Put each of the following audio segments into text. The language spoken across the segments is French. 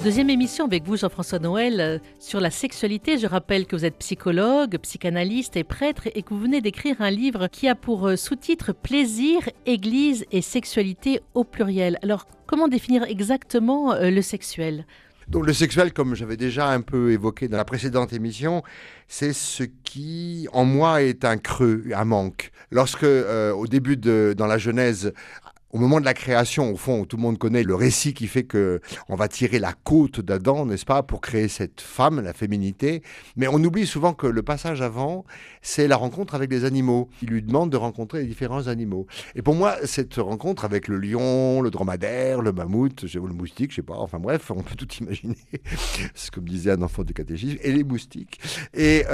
Deuxième émission avec vous, Jean-François Noël, sur la sexualité. Je rappelle que vous êtes psychologue, psychanalyste et prêtre et que vous venez d'écrire un livre qui a pour sous-titre Plaisir, Église et sexualité au pluriel. Alors, comment définir exactement le sexuel ? Donc le sexuel, comme j'avais déjà un peu évoqué dans la précédente émission, c'est ce qui, en moi, est un creux, un manque. Lorsque, au début dans la Genèse, au moment de la création, au fond, tout le monde connaît le récit qui fait qu'on va tirer la côte d'Adam, n'est-ce pas, pour créer cette femme, la féminité. Mais on oublie souvent que le passage avant, c'est la rencontre avec les animaux. Il lui demande de rencontrer les différents animaux. Et pour moi, cette rencontre avec le lion, le dromadaire, le mammouth, le moustique, je sais pas, enfin bref, on peut tout imaginer. C'est comme disait un enfant de catéchisme, et les moustiques. Et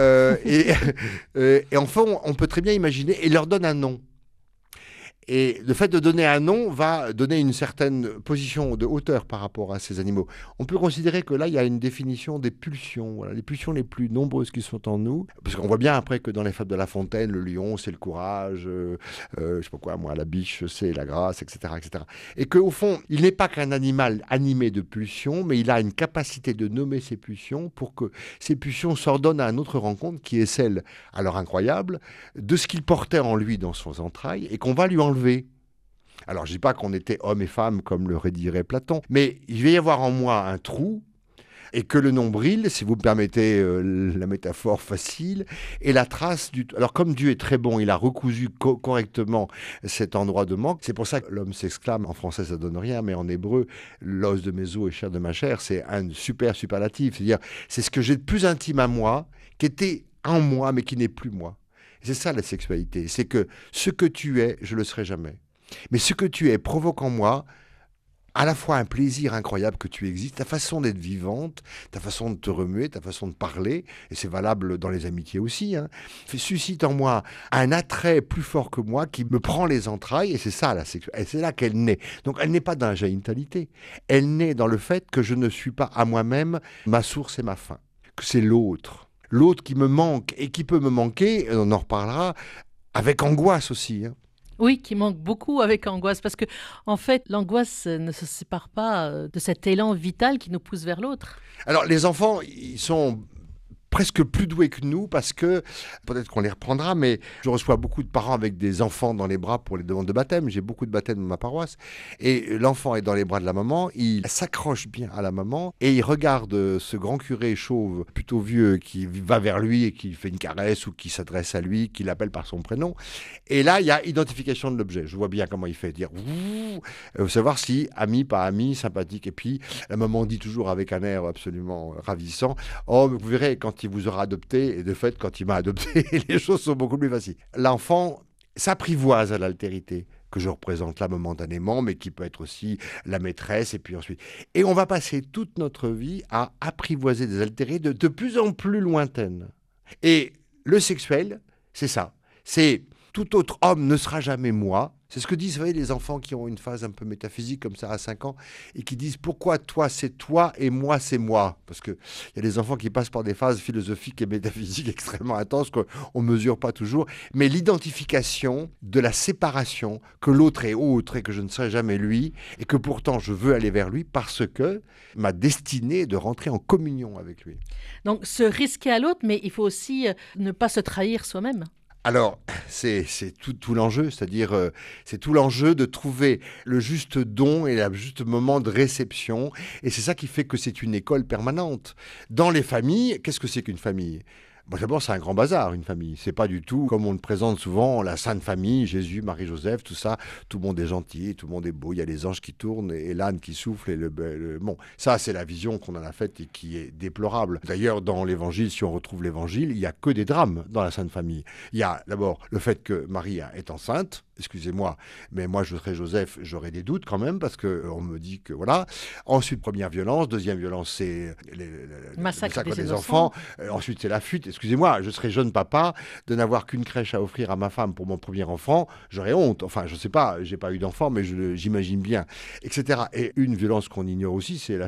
enfin, on peut très bien imaginer, et leur donne un nom. Et le fait de donner un nom va donner une certaine position de hauteur par rapport à ces animaux. On peut considérer que là, il y a une définition des pulsions, voilà, les pulsions les plus nombreuses qui sont en nous. Parce qu'on voit bien après que dans les fables de La Fontaine, le lion, c'est le courage, je sais pas quoi, moi, la biche, c'est la grâce, etc., etc. Et qu'au fond, il n'est pas qu'un animal animé de pulsions, mais il a une capacité de nommer ses pulsions pour que ces pulsions s'ordonnent à une autre rencontre qui est celle, alors incroyable, de ce qu'il portait en lui dans son entrailles et qu'on va lui enlever. Alors, je ne dis pas qu'on était hommes et femmes comme le rédirait Platon, mais il va y avoir en moi un trou et que le nombril, si vous me permettez la métaphore facile, est la trace du... Alors, comme Dieu est très bon, il a recousu correctement cet endroit de manque. C'est pour ça que l'homme s'exclame, en français ça donne rien, mais en hébreu, l'os de mes os et chair de ma chair, c'est un super superlatif. C'est-à-dire, c'est ce que j'ai de plus intime à moi, qui était en moi, mais qui n'est plus moi. C'est ça la sexualité, c'est que ce que tu es, je ne le serai jamais. Mais ce que tu es provoque en moi à la fois un plaisir incroyable que tu existes, ta façon d'être vivante, ta façon de te remuer, ta façon de parler, et c'est valable dans les amitiés aussi, suscite en moi un attrait plus fort que moi qui me prend les entrailles, et c'est ça la sexualité, et c'est là qu'elle naît. Donc elle n'est pas dans la génitalité, elle naît dans le fait que je ne suis pas à moi-même ma source et ma fin, que c'est l'autre. L'autre qui me manque et qui peut me manquer, on en reparlera, avec angoisse aussi. Oui, qui manque beaucoup avec angoisse, parce que en fait, l'angoisse ne se sépare pas de cet élan vital qui nous pousse vers l'autre. Alors les enfants, ils sont presque plus doués que nous parce que, peut-être qu'on les reprendra, mais je reçois beaucoup de parents avec des enfants dans les bras pour les demandes de baptême. J'ai beaucoup de baptêmes dans ma paroisse. Et l'enfant est dans les bras de la maman, il s'accroche bien à la maman et il regarde ce grand curé chauve, plutôt vieux, qui va vers lui et qui fait une caresse ou qui s'adresse à lui, qui l'appelle par son prénom. Et là, il y a identification de l'objet. Je vois bien comment il fait, dire savoir si ami, pas ami, sympathique. Et puis, la maman dit toujours avec un air absolument ravissant, oh, mais vous verrez, quand il vous aura adopté, et de fait, quand il m'a adopté, les choses sont beaucoup plus faciles. L'enfant s'apprivoise à l'altérité que je représente là momentanément, mais qui peut être aussi la maîtresse, et puis ensuite... Et on va passer toute notre vie à apprivoiser des altérés de plus en plus lointaines. Et le sexuel, c'est ça. C'est tout autre homme ne sera jamais moi. C'est ce que disent, vous voyez, les enfants qui ont une phase un peu métaphysique comme ça à 5 ans et qui disent pourquoi toi c'est toi et moi c'est moi. Parce qu'il y a des enfants qui passent par des phases philosophiques et métaphysiques extrêmement intenses qu'on ne mesure pas toujours. Mais l'identification de la séparation, que l'autre est autre et que je ne serai jamais lui et que pourtant je veux aller vers lui parce que ma destinée est de rentrer en communion avec lui. Donc se risquer à l'autre, mais il faut aussi ne pas se trahir soi-même. Alors, c'est tout l'enjeu, c'est-à-dire c'est tout l'enjeu de trouver le juste don et le juste moment de réception. Et c'est ça qui fait que c'est une école permanente. Dans les familles, qu'est-ce que c'est qu'une famille ? Bon, d'abord, c'est un grand bazar, une famille. C'est pas du tout comme on le présente souvent, la Sainte Famille, Jésus, Marie, Joseph, tout ça. Tout le monde est gentil, tout le monde est beau. Il y a les anges qui tournent et l'âne qui souffle. Bon, ça, c'est la vision qu'on en a faite et qui est déplorable. D'ailleurs, dans l'Évangile, si on retrouve l'Évangile, il y a que des drames dans la Sainte Famille. Il y a d'abord le fait que Marie est enceinte. Excusez-moi, mais moi, je serais Joseph, j'aurais des doutes quand même parce qu'on me dit que voilà. Ensuite, première violence. Deuxième violence, c'est le massacre des enfants. Ensuite, c'est la fuite. Excusez-moi, je serais jeune papa, de n'avoir qu'une crèche à offrir à ma femme pour mon premier enfant, j'aurais honte. Enfin, je ne sais pas, j'ai pas eu d'enfant, mais j'imagine bien, etc. Et une violence qu'on ignore aussi, c'est la fugue.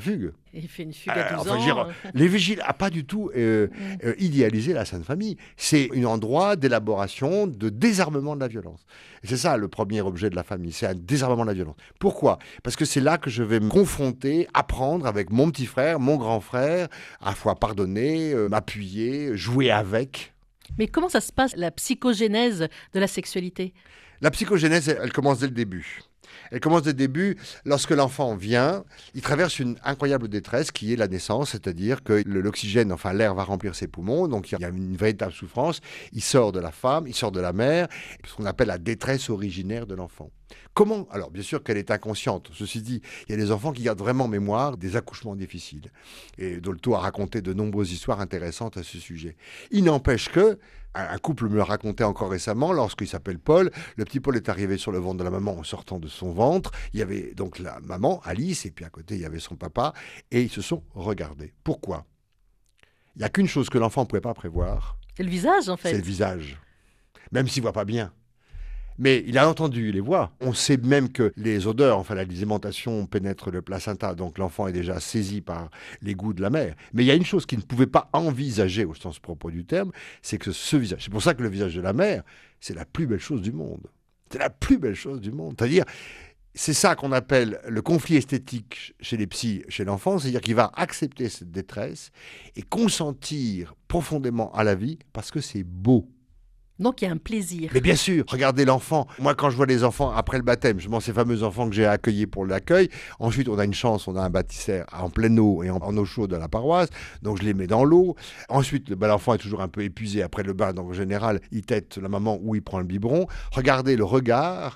Il fait une fugue à 12 Enfin, je veux ans. dire, les vigiles n'ont pas du tout idéalisé la Sainte Famille. C'est un endroit d'élaboration, de désarmement de la violence. Et c'est ça le premier objet de la famille, c'est un désarmement de la violence. Pourquoi ? Parce que c'est là que je vais me confronter, apprendre avec mon petit frère, mon grand frère, à la fois pardonner, m'appuyer, jouer avec. Mais comment ça se passe, la psychogénèse de la sexualité ? La psychogénèse, elle commence dès le début. Elle commence dès le début, lorsque l'enfant vient, il traverse une incroyable détresse qui est la naissance, c'est-à-dire que l'oxygène, enfin l'air va remplir ses poumons, donc il y a une véritable souffrance. Il sort de la femme, il sort de la mère, ce qu'on appelle la détresse originaire de l'enfant. Comment ? Alors bien sûr qu'elle est inconsciente. Ceci dit, il y a des enfants qui gardent vraiment en mémoire des accouchements difficiles. Et Dolto a raconté de nombreuses histoires intéressantes à ce sujet. Il n'empêche que, un couple me l'a raconté encore récemment, lorsqu'il s'appelle Paul, le petit Paul est arrivé sur le ventre de la maman en sortant de son ventre. Il y avait donc la maman, Alice, et puis à côté il y avait son papa, et ils se sont regardés. Pourquoi ? Il n'y a qu'une chose que l'enfant ne pouvait pas prévoir. C'est le visage, en fait. C'est le visage. Même s'il ne voit pas bien. Mais il a entendu les voix. On sait même que les odeurs, enfin la alimentation pénètre le placenta, donc l'enfant est déjà saisi par les goûts de la mère. Mais il y a une chose qu'il ne pouvait pas envisager au sens propre du terme, c'est que ce visage. C'est pour ça que le visage de la mère, c'est la plus belle chose du monde. C'est la plus belle chose du monde. C'est-à-dire, c'est ça qu'on appelle le conflit esthétique chez les psys, chez l'enfant, c'est-à-dire qu'il va accepter cette détresse et consentir profondément à la vie parce que c'est beau. Donc il y a un plaisir. Mais bien sûr, regardez l'enfant. Moi, quand je vois les enfants après le baptême, je ces fameux enfants que j'ai accueillis pour l'accueil. Ensuite, on a une chance, on a un baptistère en pleine eau et en eau chaude à la paroisse. Donc, je les mets dans l'eau. Ensuite, l'enfant est toujours un peu épuisé après le bain. Donc, en général, il tète la maman ou il prend le biberon. Regardez le regard.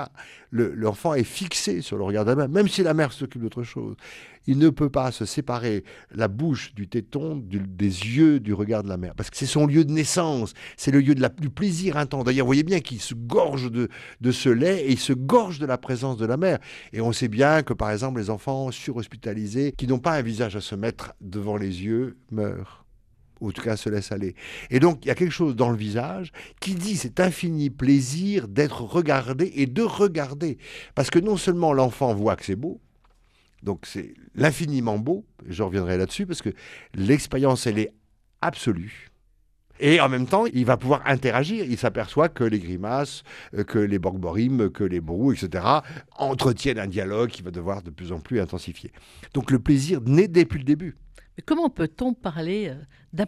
L'enfant est fixé sur le regard de la mère, même si la mère s'occupe d'autre chose. Il ne peut pas se séparer la bouche du téton des yeux du regard de la mère. Parce que c'est son lieu de naissance. C'est le lieu du plaisir intense. D'ailleurs, vous voyez bien qu'il se gorge de ce lait et il se gorge de la présence de la mère. Et on sait bien que, par exemple, les enfants surhospitalisés qui n'ont pas un visage à se mettre devant les yeux meurent. Ou en tout cas se laissent aller. Et donc, il y a quelque chose dans le visage qui dit cet infini plaisir d'être regardé et de regarder. Parce que non seulement l'enfant voit que c'est beau, donc c'est l'infiniment beau, je reviendrai là-dessus, parce que l'expérience, elle est absolue. Et en même temps, il va pouvoir interagir. Il s'aperçoit que les grimaces, que les borborîmes, que les brous, etc., entretiennent un dialogue qui va devoir de plus en plus intensifier. Donc le plaisir naît depuis le début. Mais comment peut-on parler d'absolu ?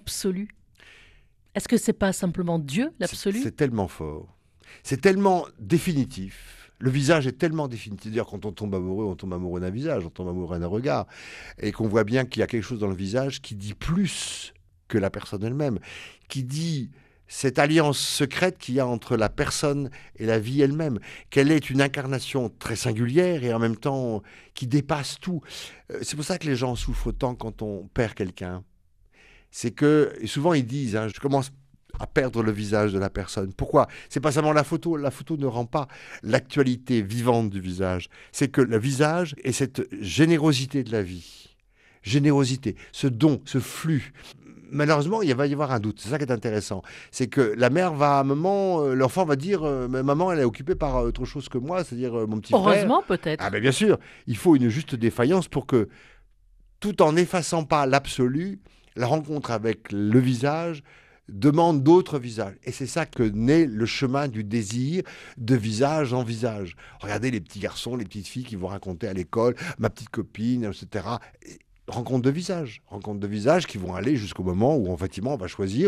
Est-ce que c'est pas simplement Dieu, l'absolu ? C'est tellement fort. C'est tellement définitif. Le visage est tellement définitif. D'ailleurs, quand on tombe amoureux d'un visage, on tombe amoureux d'un regard. Et qu'on voit bien qu'il y a quelque chose dans le visage qui dit plus que la personne elle-même, qui dit cette alliance secrète qu'il y a entre la personne et la vie elle-même, qu'elle est une incarnation très singulière et en même temps qui dépasse tout. C'est pour ça que les gens souffrent tant quand on perd quelqu'un. C'est que, et souvent ils disent, je commence à perdre le visage de la personne. Pourquoi ? C'est pas seulement la photo. La photo ne rend pas l'actualité vivante du visage. C'est que le visage est cette générosité de la vie. Générosité, ce don, ce flux. Malheureusement, il va y avoir un doute. C'est ça qui est intéressant. C'est que la mère va, à un moment, l'enfant va dire mais maman, elle est occupée par autre chose que moi, c'est-à-dire mon petit frère. Heureusement, peut-être. Ah ben bien sûr, il faut une juste défaillance pour que, tout en n'effaçant pas l'absolu, la rencontre avec le visage demande d'autres visages. Et c'est ça que naît le chemin du désir de visage en visage. Regardez les petits garçons, les petites filles qui vont raconter à l'école, ma petite copine, etc. Rencontre de visages qui vont aller jusqu'au moment où effectivement on va choisir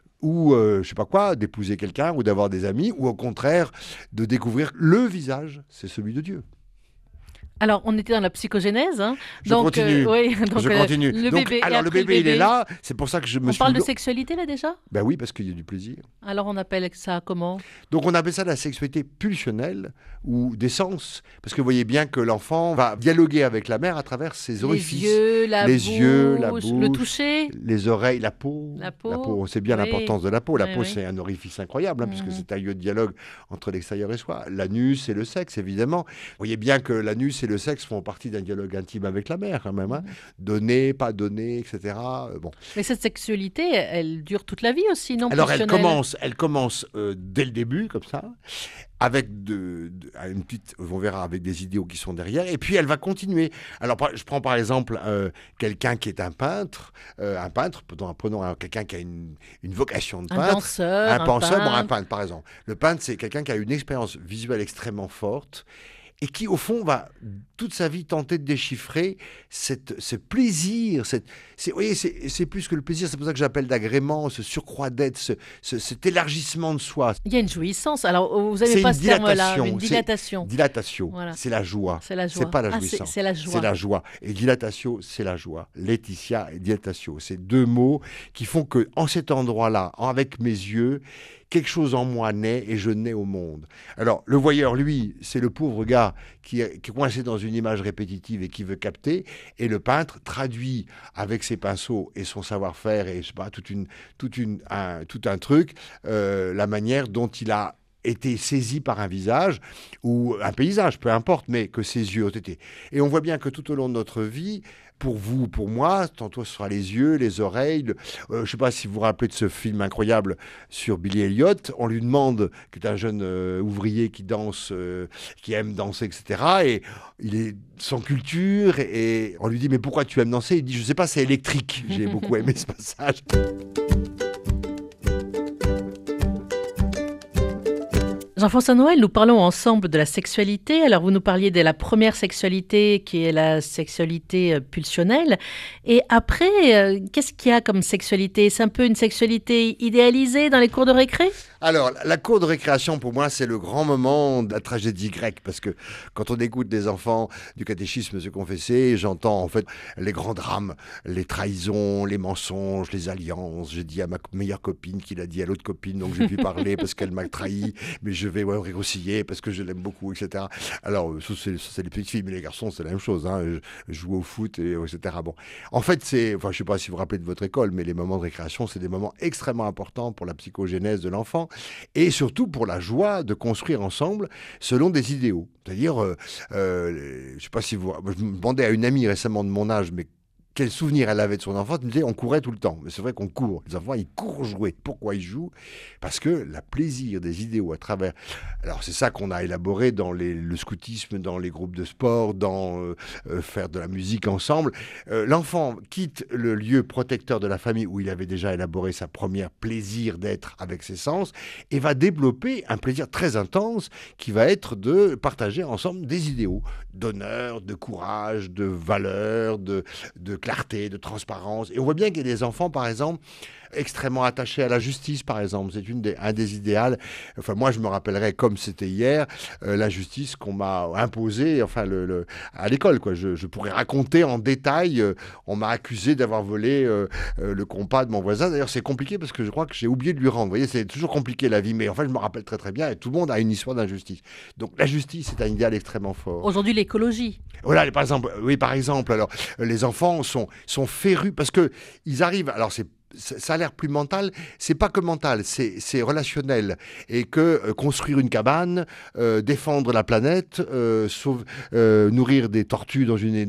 ou je sais pas quoi, d'épouser quelqu'un ou d'avoir des amis, ou au contraire de découvrir le visage, c'est celui de Dieu. Alors, on était dans la psychogénèse. Je continue. Oui, donc, je continue. Le bébé, alors, le bébé, il est là. C'est pour ça que je me suis... On parle de sexualité, là, déjà ? Ben oui, parce qu'il y a du plaisir. Alors, on appelle ça comment ? Donc, on appelle ça la sexualité pulsionnelle ou des sens. Parce que vous voyez bien que l'enfant va dialoguer avec la mère à travers ses orifices. Les yeux, la bouche, le toucher. Les oreilles, la peau. La peau. On sait bien l'importance de la peau. La peau, oui. c'est un orifice incroyable, puisque c'est un lieu de dialogue entre l'extérieur et soi. L'anus et le sexe, évidemment. Vous voyez bien que l'anus et le sexe font partie d'un dialogue intime avec la mère, quand même. Hein. Donner, pas donner, etc. Bon. Mais cette sexualité, elle dure toute la vie aussi, non? Alors, elle commence dès le début, comme ça, avec une petite, on verra, avec des idéaux qui sont derrière, et puis elle va continuer. Alors, je prends par exemple quelqu'un qui est un peintre, prenons quelqu'un qui a une vocation de peintre, un penseur, bon, un peintre par exemple. Le peintre, c'est quelqu'un qui a une expérience visuelle extrêmement forte, et qui, au fond, va toute sa vie tenter de déchiffrer ce plaisir. Vous voyez, c'est plus que le plaisir, c'est pour ça que j'appelle d'agrément, ce surcroît d'être, cet élargissement de soi. Il y a une jouissance. Alors, vous n'avez pas ce terme-là, une dilatation. Dilatation, voilà. C'est la joie. C'est pas la jouissance. C'est la joie. C'est la joie. Et dilatatio, c'est la joie. Laetitia et dilatatio, c'est deux mots qui font que, en cet endroit-là, avec mes yeux, quelque chose en moi naît et je nais au monde. Alors, le voyeur, lui, c'est le pauvre gars qui est coincé dans une image répétitive et qui veut capter. Et le peintre traduit avec ses pinceaux et son savoir-faire et je sais pas, tout un truc, la manière dont il a été saisi par un visage ou un paysage, peu importe, mais que ses yeux ont été. Et on voit bien que tout au long de notre vie, pour vous, pour moi, tantôt ce sera les yeux, les oreilles. Je ne sais pas si vous vous rappelez de ce film incroyable sur Billy Elliot. On lui demande, qui est un jeune ouvrier qui danse, qui aime danser, etc. Et il est sans culture. Et on lui dit, mais pourquoi tu aimes danser? Il dit, je ne sais pas, c'est électrique. J'ai beaucoup aimé ce passage. Jean-François Noël, nous parlons ensemble de la sexualité. Alors, vous nous parliez de la première sexualité qui est la sexualité pulsionnelle. Et après, qu'est-ce qu'il y a comme sexualité? C'est un peu une sexualité idéalisée dans les cours de récré? Alors, la cour de récréation, pour moi, c'est le grand moment de la tragédie grecque. Parce que quand on écoute des enfants du catéchisme se confesser, j'entends en fait les grands drames, les trahisons, les mensonges, les alliances. J'ai dit à ma meilleure copine qu'il a dit à l'autre copine, donc j'ai pu parler parce qu'elle m'a trahi, mais je vais réconcilier parce que je l'aime beaucoup, etc. Alors, ça, c'est les petites filles, mais les garçons, c'est la même chose. Hein. Je joue au foot, etc. Bon. En fait, je ne sais pas si vous vous rappelez de votre école, mais les moments de récréation, c'est des moments extrêmement importants pour la psychogénèse de l'enfant. Et surtout pour la joie de construire ensemble selon des idéaux. C'est-à-dire, je ne sais pas si vous... Je me demandais à une amie récemment de mon âge, mais quel souvenir elle avait de son enfance. Elle me disait, on courait tout le temps. Mais c'est vrai qu'on court. Les enfants, ils courent jouer. Pourquoi ils jouent? Parce que le plaisir des idéaux à travers... Alors, c'est ça qu'on a élaboré dans le scoutisme, dans les groupes de sport, dans faire de la musique ensemble. L'enfant quitte le lieu protecteur de la famille où il avait déjà élaboré sa première plaisir d'être avec ses sens et va développer un plaisir très intense qui va être de partager ensemble des idéaux d'honneur, de courage, de valeur, de clarté, de transparence. Et on voit bien qu'il y a des enfants, par exemple, extrêmement attachés à la justice, par exemple. C'est un des idéaux. Enfin, moi, je me rappellerai, comme c'était hier, la justice qu'on m'a imposée, enfin, à l'école, quoi. Je pourrais raconter en détail. On m'a accusé d'avoir volé le compas de mon voisin. D'ailleurs, c'est compliqué parce que je crois que j'ai oublié de lui rendre. Vous voyez, c'est toujours compliqué, la vie. Mais en fait, je me rappelle très, très bien. Et tout le monde a une histoire d'injustice. Donc, la justice, c'est un idéal extrêmement fort. Aujourd'hui, l'écologie. Voilà, par exemple, alors, les enfants sont férus parce que ils arrivent. Alors, ça a l'air plus mental, c'est pas que mental, c'est relationnel. Et que construire une cabane, défendre la planète, nourrir des tortues dans une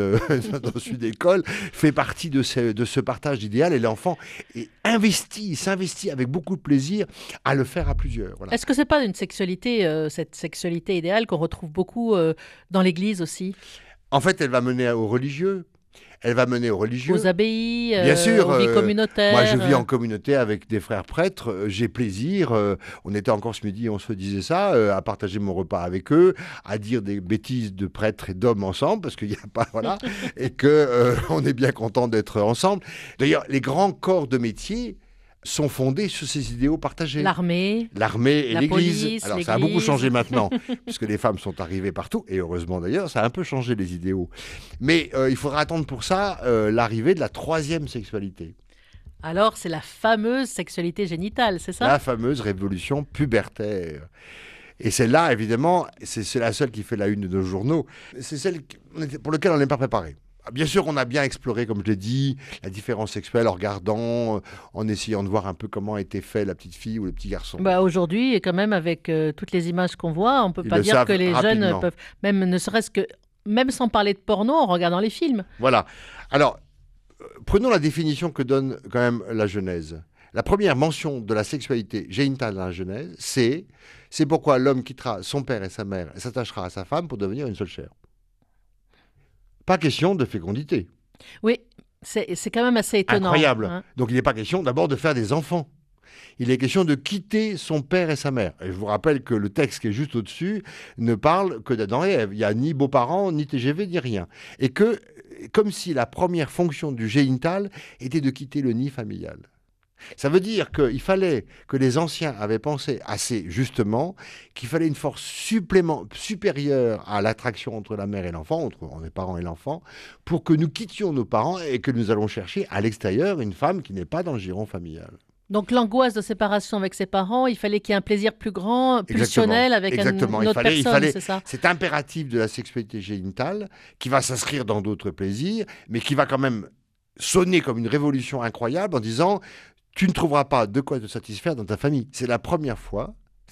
école, fait partie de ce partage d'idéal. Et l'enfant s'investit avec beaucoup de plaisir à le faire à plusieurs. Voilà. Est-ce que c'est pas une sexualité, cette sexualité idéale qu'on retrouve beaucoup dans l'Église aussi? En fait, elle va mener aux religieux. Elle va mener aux religieux. Aux abbayes, bien sûr, aux vies communautaires. Moi, je vis en communauté avec des frères prêtres. J'ai plaisir. On était encore ce midi, on se disait ça, à partager mon repas avec eux, à dire des bêtises de prêtres et d'hommes ensemble, parce qu'il n'y a pas, voilà, et que on est bien content d'être ensemble. D'ailleurs, les grands corps de métier sont fondés sur ces idéaux partagés. L'armée et la l'Église. Police, Alors, l'Église. Ça a beaucoup changé maintenant, puisque les femmes sont arrivées partout, et heureusement d'ailleurs, ça a un peu changé les idéaux. Mais il faudra attendre pour ça l'arrivée de la troisième sexualité. Alors, c'est la fameuse sexualité génitale, c'est ça? La fameuse révolution pubertaire. Et celle-là, évidemment, c'est la seule qui fait la une de nos journaux. C'est celle pour laquelle on n'est pas préparé. Bien sûr, on a bien exploré, comme je l'ai dit, la différence sexuelle en regardant, en essayant de voir un peu comment était fait la petite fille ou le petit garçon. Aujourd'hui, quand même, avec toutes les images qu'on voit, on ne peut pas dire que les jeunes peuvent, même ne serait-ce que Même sans parler de porno, en regardant les films. Voilà. Alors, prenons la définition que donne quand même la Genèse. La première mention de la sexualité génitale dans la Genèse, c'est pourquoi l'homme quittera son père et sa mère et s'attachera à sa femme pour devenir une seule chair. Pas question de fécondité. Oui, c'est quand même assez étonnant. Incroyable. Hein. Donc il n'est pas question d'abord de faire des enfants. Il est question de quitter son père et sa mère. Et je vous rappelle que le texte qui est juste au-dessus ne parle que d'Adam et Ève. Il n'y a ni beaux-parents, ni TGV, ni rien. Et que, comme si la première fonction du génital était de quitter le nid familial. Ça veut dire qu'il fallait que les anciens avaient pensé assez justement qu'il fallait une force supérieure à l'attraction entre la mère et l'enfant, entre les parents et l'enfant, pour que nous quittions nos parents et que nous allons chercher à l'extérieur une femme qui n'est pas dans le giron familial. Donc l'angoisse de séparation avec ses parents, il fallait qu'il y ait un plaisir plus grand, pulsionnel avec une autre personne, c'est ça? C'est impératif de la sexualité génitale qui va s'inscrire dans d'autres plaisirs, mais qui va quand même sonner comme une révolution incroyable en disant « tu ne trouveras pas de quoi te satisfaire dans ta famille ». C'est la première fois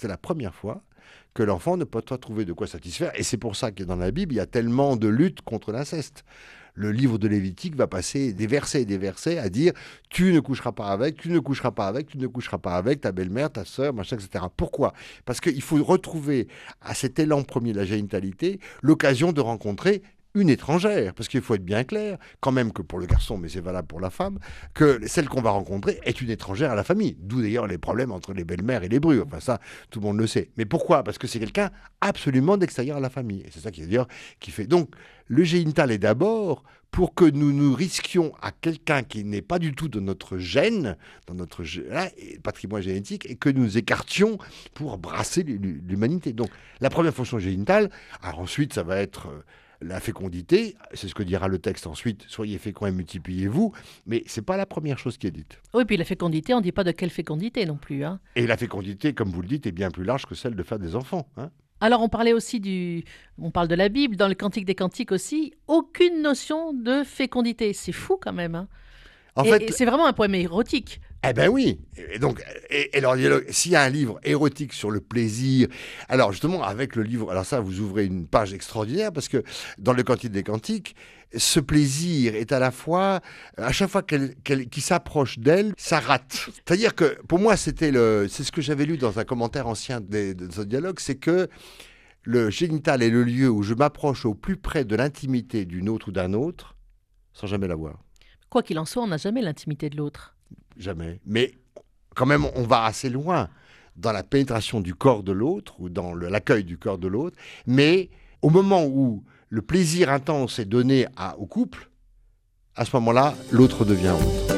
que l'enfant ne peut pas trouver de quoi satisfaire. Et c'est pour ça que dans la Bible, il y a tellement de lutte contre l'inceste. Le livre de Lévitique va passer des versets et des versets à dire « tu ne coucheras pas avec, tu ne coucheras pas avec, tu ne coucheras pas avec ta belle-mère, ta sœur, machin, etc. » Pourquoi ? Parce qu'il faut retrouver à cet élan premier de la génitalité l'occasion de rencontrer une étrangère, parce qu'il faut être bien clair, quand même que pour le garçon, mais c'est valable pour la femme, que celle qu'on va rencontrer est une étrangère à la famille. D'où d'ailleurs les problèmes entre les belles-mères et les brus. Enfin ça, tout le monde le sait. Mais pourquoi ? Parce que c'est quelqu'un absolument d'extérieur à la famille. Et c'est ça qui fait. Donc, le génital est d'abord pour que nous nous risquions à quelqu'un qui n'est pas du tout de notre gène, dans notre patrimoine génétique, et que nous écartions pour brasser l'humanité. Donc, la première fonction génitale, alors ensuite, ça va être la fécondité, c'est ce que dira le texte ensuite, soyez féconds et multipliez-vous, mais c'est pas la première chose qui est dite. Oui, puis la fécondité, on ne dit pas de quelle fécondité non plus. Hein. Et la fécondité, comme vous le dites, est bien plus large que celle de faire des enfants. Hein. Alors on parlait aussi on parle de la Bible, dans le Cantique des Cantiques aussi, aucune notion de fécondité. C'est fou quand même. Hein. Et c'est vraiment un poème érotique. Eh ben oui. Et donc, alors, s'il y a un livre érotique sur le plaisir, alors justement, avec le livre, alors ça, vous ouvrez une page extraordinaire, parce que dans le Cantique des Cantiques, ce plaisir est à la fois, à chaque fois qu'il s'approche d'elle, ça rate. C'est-à-dire que, pour moi, c'est ce que j'avais lu dans un commentaire ancien de ce dialogue, c'est que le génital est le lieu où je m'approche au plus près de l'intimité d'une autre ou d'un autre, sans jamais la voir. Quoi qu'il en soit, on n'a jamais l'intimité de l'autre. Jamais. Mais quand même, on va assez loin dans la pénétration du corps de l'autre ou dans l'accueil du corps de l'autre. Mais au moment où le plaisir intense est donné au couple, à ce moment-là, l'autre devient autre.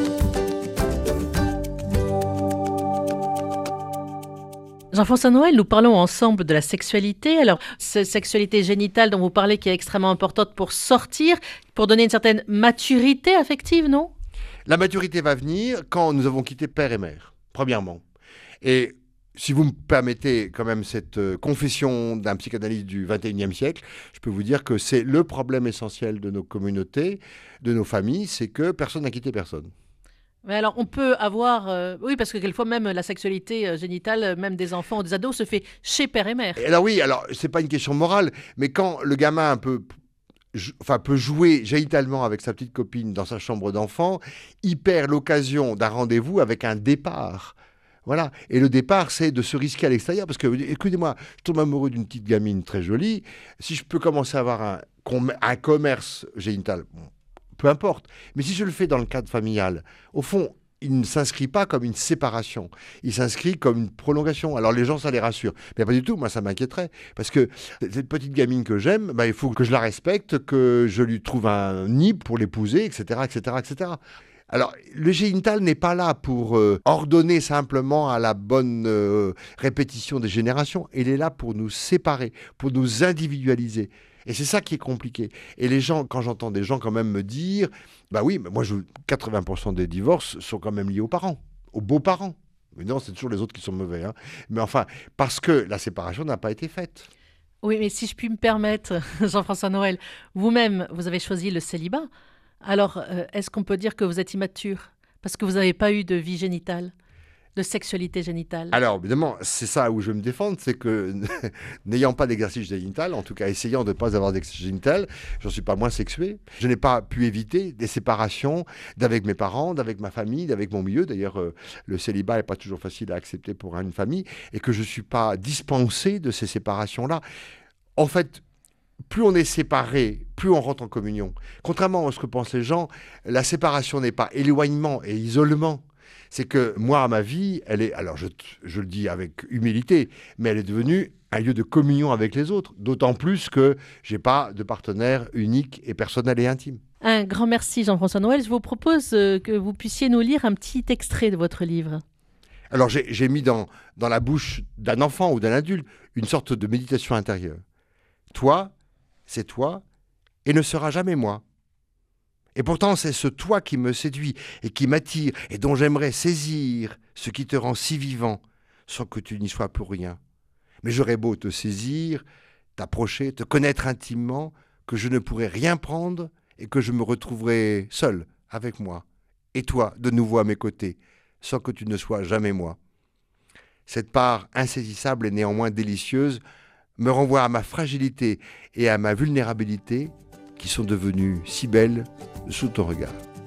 Jean-François Noël, nous parlons ensemble de la sexualité. Alors, cette sexualité génitale dont vous parlez qui est extrêmement importante pour sortir, pour donner une certaine maturité affective, non ? La maturité va venir quand nous avons quitté père et mère, premièrement. Et si vous me permettez quand même cette confession d'un psychanalyste du XXIe siècle, je peux vous dire que c'est le problème essentiel de nos communautés, de nos familles, c'est que personne n'a quitté personne. Mais alors, on peut avoir... oui, parce que quelquefois, même la sexualité génitale, même des enfants ou des ados, se fait chez père et mère. Et alors oui, c'est pas une question morale, mais quand le gamin peut jouer génitalement avec sa petite copine dans sa chambre d'enfant, il perd l'occasion d'un rendez-vous avec un départ. Voilà. Et le départ, c'est de se risquer à l'extérieur. Parce que, écoutez-moi, je tombe amoureux d'une petite gamine très jolie. Si je peux commencer à avoir un commerce génital, bon, peu importe. Mais si je le fais dans le cadre familial, au fond, il ne s'inscrit pas comme une séparation. Il s'inscrit comme une prolongation. Alors les gens, ça les rassure. Mais pas du tout, moi ça m'inquiéterait. Parce que cette petite gamine que j'aime, il faut que je la respecte, que je lui trouve un nid pour l'épouser, etc., etc., etc. Alors, le génital n'est pas là pour ordonner simplement à la bonne répétition des générations. Il est là pour nous séparer, pour nous individualiser. Et c'est ça qui est compliqué. Et les gens, quand j'entends des gens quand même me dire, bah oui, mais moi, 80% des divorces sont quand même liés aux parents, aux beaux-parents. Mais non, c'est toujours les autres qui sont mauvais. Hein. Mais enfin, parce que la séparation n'a pas été faite. Oui, mais si je puis me permettre, Jean-François Noël, vous-même, vous avez choisi le célibat. Alors, est-ce qu'on peut dire que vous êtes immature parce que vous n'avez pas eu de vie génitale ? de sexualité génitale? Alors, évidemment, c'est ça où je me défends, c'est que n'ayant pas d'exercice génital, en tout cas essayant de ne pas avoir d'exercice génital, j'en suis pas moins sexué. Je n'ai pas pu éviter des séparations d'avec mes parents, d'avec ma famille, d'avec mon milieu. D'ailleurs, le célibat n'est pas toujours facile à accepter pour une famille, et que je ne suis pas dispensé de ces séparations-là. En fait, plus on est séparé, plus on rentre en communion. Contrairement à ce que pensent les gens, la séparation n'est pas éloignement et isolement. C'est que moi, ma vie, elle est, alors je le dis avec humilité, mais elle est devenue un lieu de communion avec les autres. D'autant plus que je n'ai pas de partenaire unique et personnel et intime. Un grand merci Jean-François Noël. Je vous propose que vous puissiez nous lire un petit extrait de votre livre. Alors j'ai mis dans la bouche d'un enfant ou d'un adulte une sorte de méditation intérieure. Toi, c'est toi et ne sera jamais moi. Et pourtant, c'est ce toi qui me séduit et qui m'attire et dont j'aimerais saisir ce qui te rend si vivant sans que tu n'y sois pour rien. Mais j'aurais beau te saisir, t'approcher, te connaître intimement, que je ne pourrais rien prendre et que je me retrouverais seul avec moi. Et toi, de nouveau à mes côtés, sans que tu ne sois jamais moi. Cette part insaisissable et néanmoins délicieuse me renvoie à ma fragilité et à ma vulnérabilité qui sont devenues si belles sous ton regard.